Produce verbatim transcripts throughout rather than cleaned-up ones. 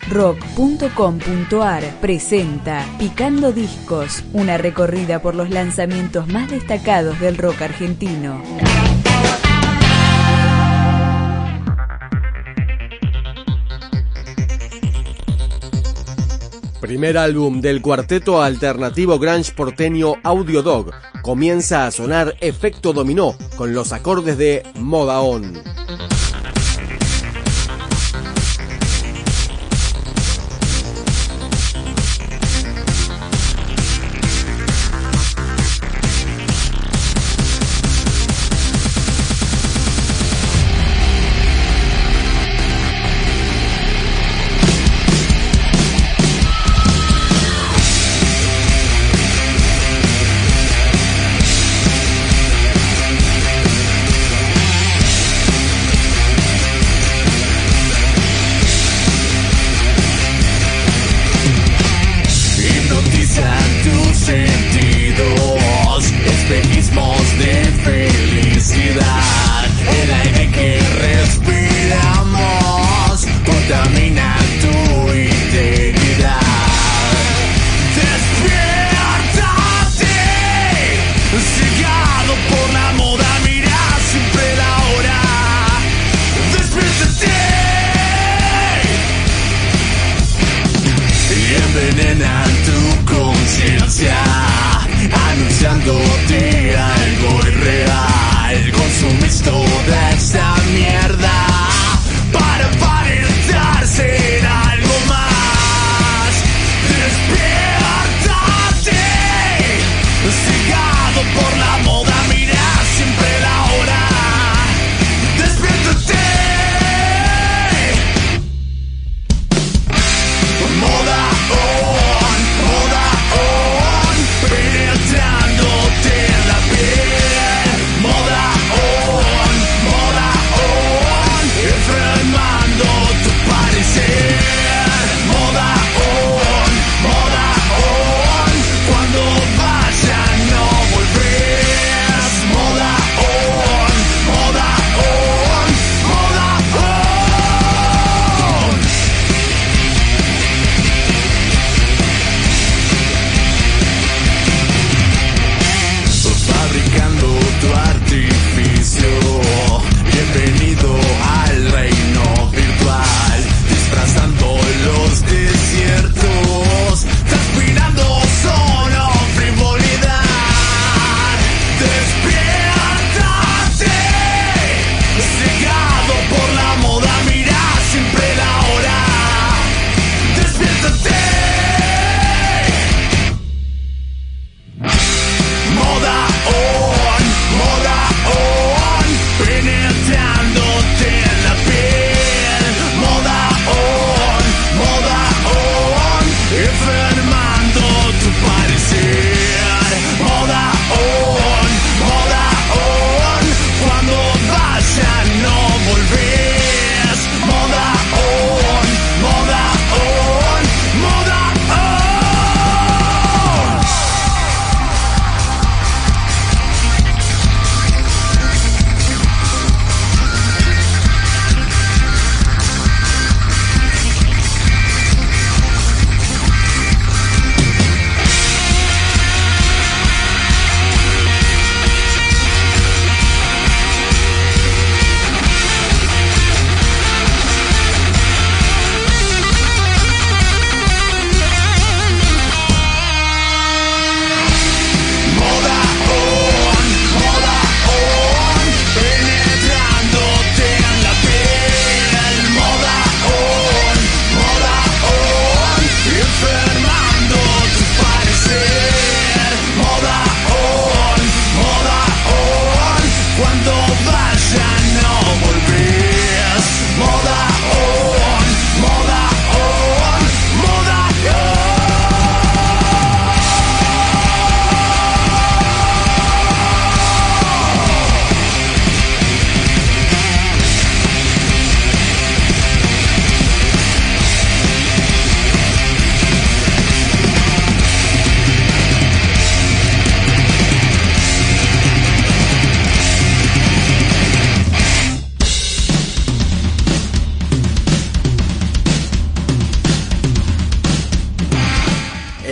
rock punto com punto ar presenta Picando Discos, una recorrida por los lanzamientos más destacados del rock argentino. Primer álbum del cuarteto alternativo grunge porteño Audiodog. Comienza a sonar Efecto Dominó con los acordes de Moda On.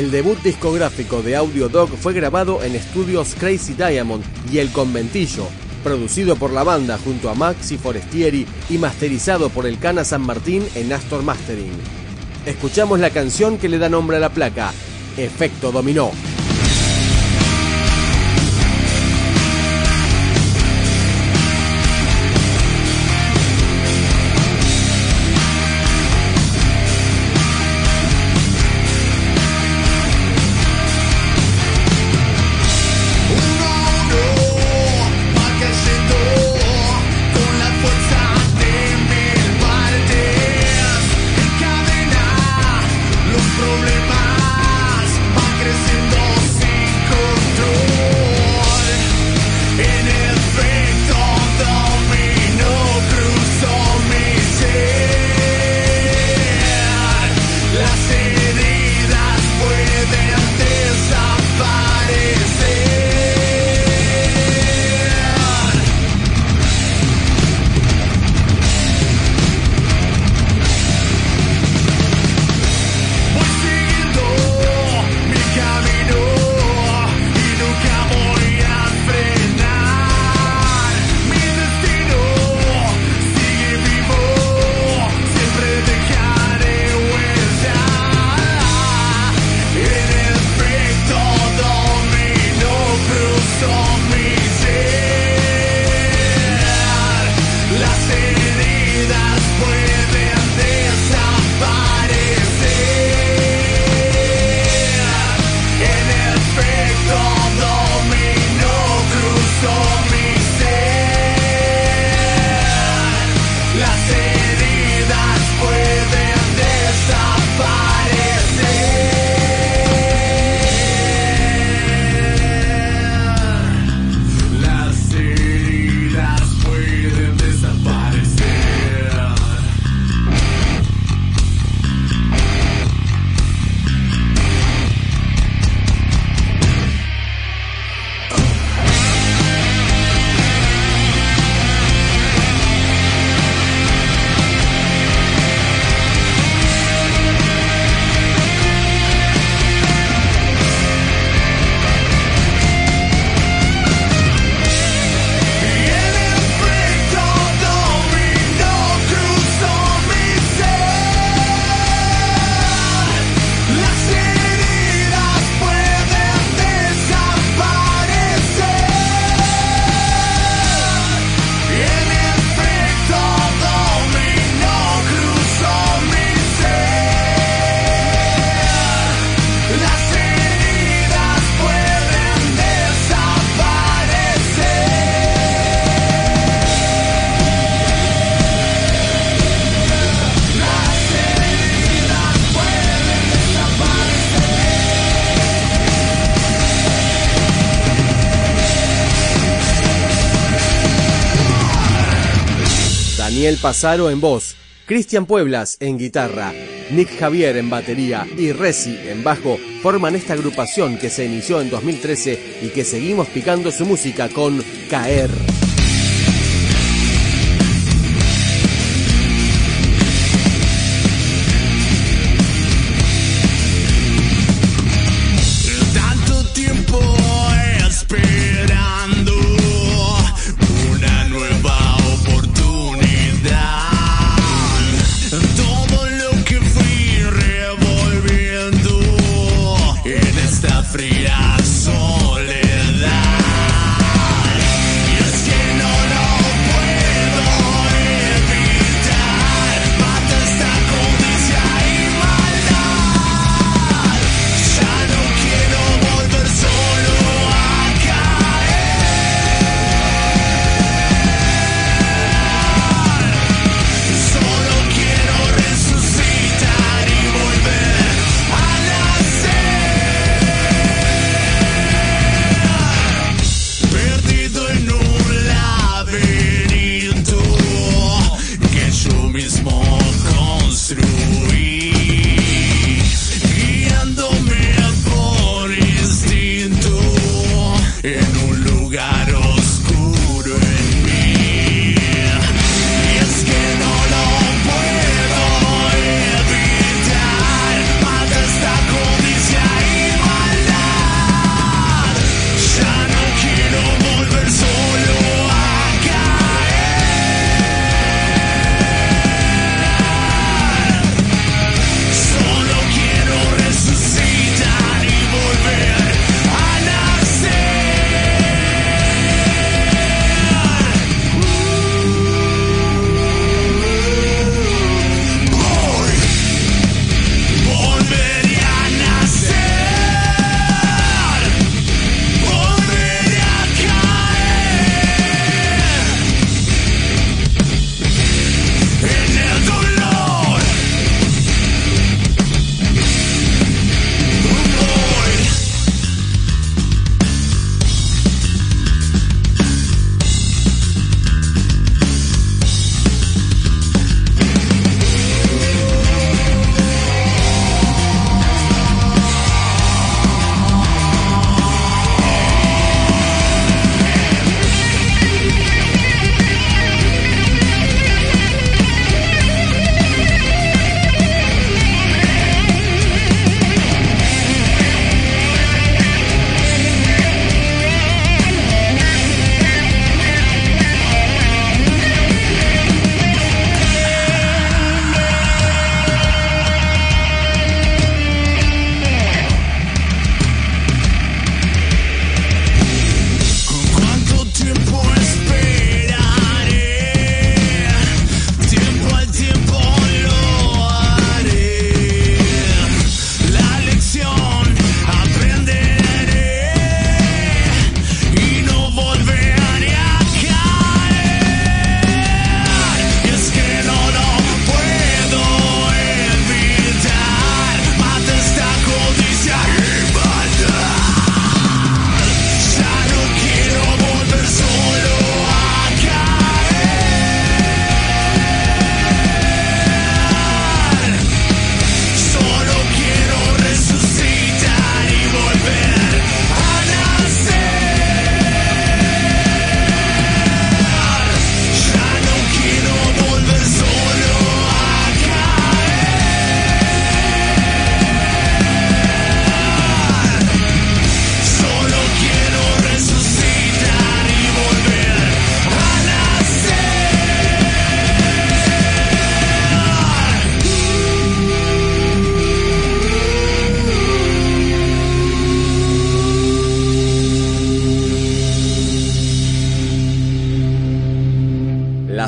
El debut discográfico de Audiodog fue grabado en estudios Crazy Diamond y El Conventillo, producido por la banda junto a Maxi Forestieri y masterizado por el Cana San Martín en Astor Mastering. Escuchamos la canción que le da nombre a la placa, Efecto Dominó. Daniel Pasaro en voz, Cristian Pueblas en guitarra, Nick Javier en batería y Resi en bajo forman esta agrupación que se inició en dos mil trece y que seguimos picando su música con Caer. Fría soledad. Y es que no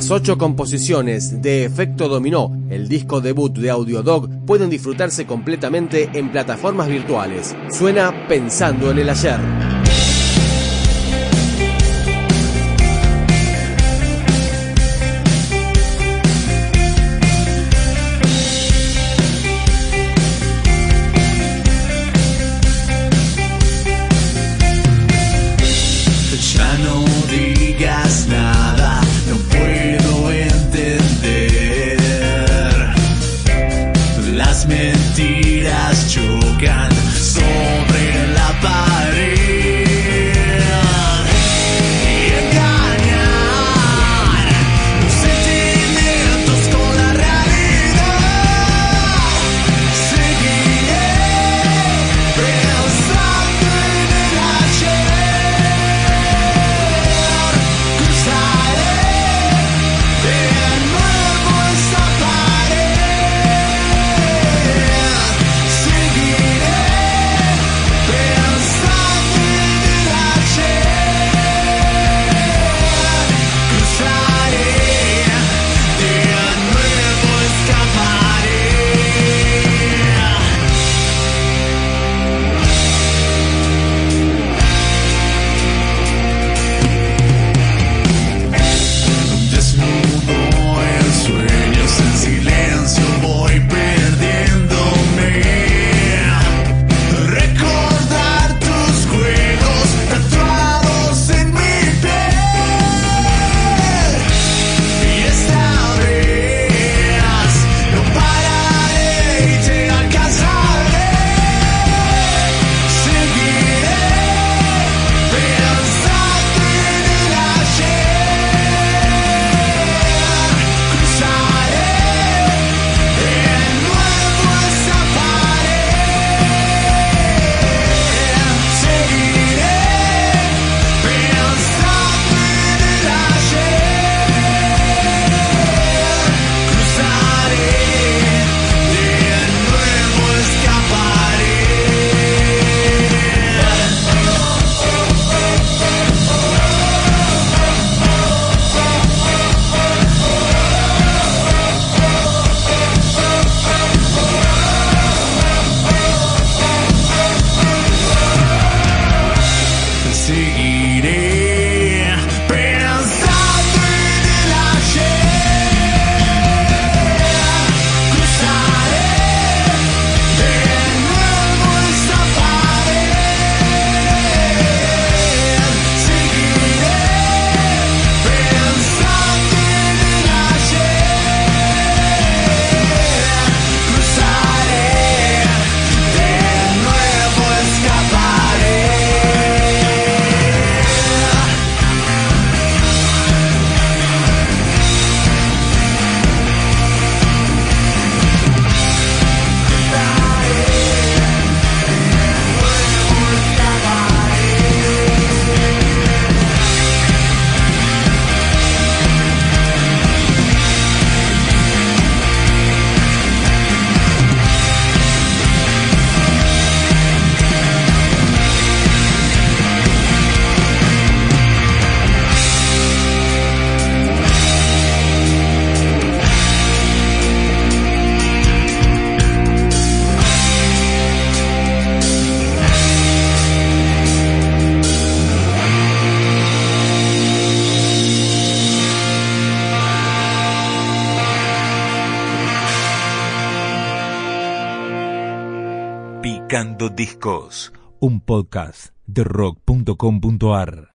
Las ocho composiciones de Efecto Dominó, el disco debut de Audiodog, pueden disfrutarse completamente en plataformas virtuales. Suena Pensando en el Ayer. Ya no digas nada, no puedo entender. Las mentiras chocan sobre la pared y engañan los sentimientos con la realidad. Seguiré pensando en el ayer. Picando Discos, un podcast de rock punto com punto ar.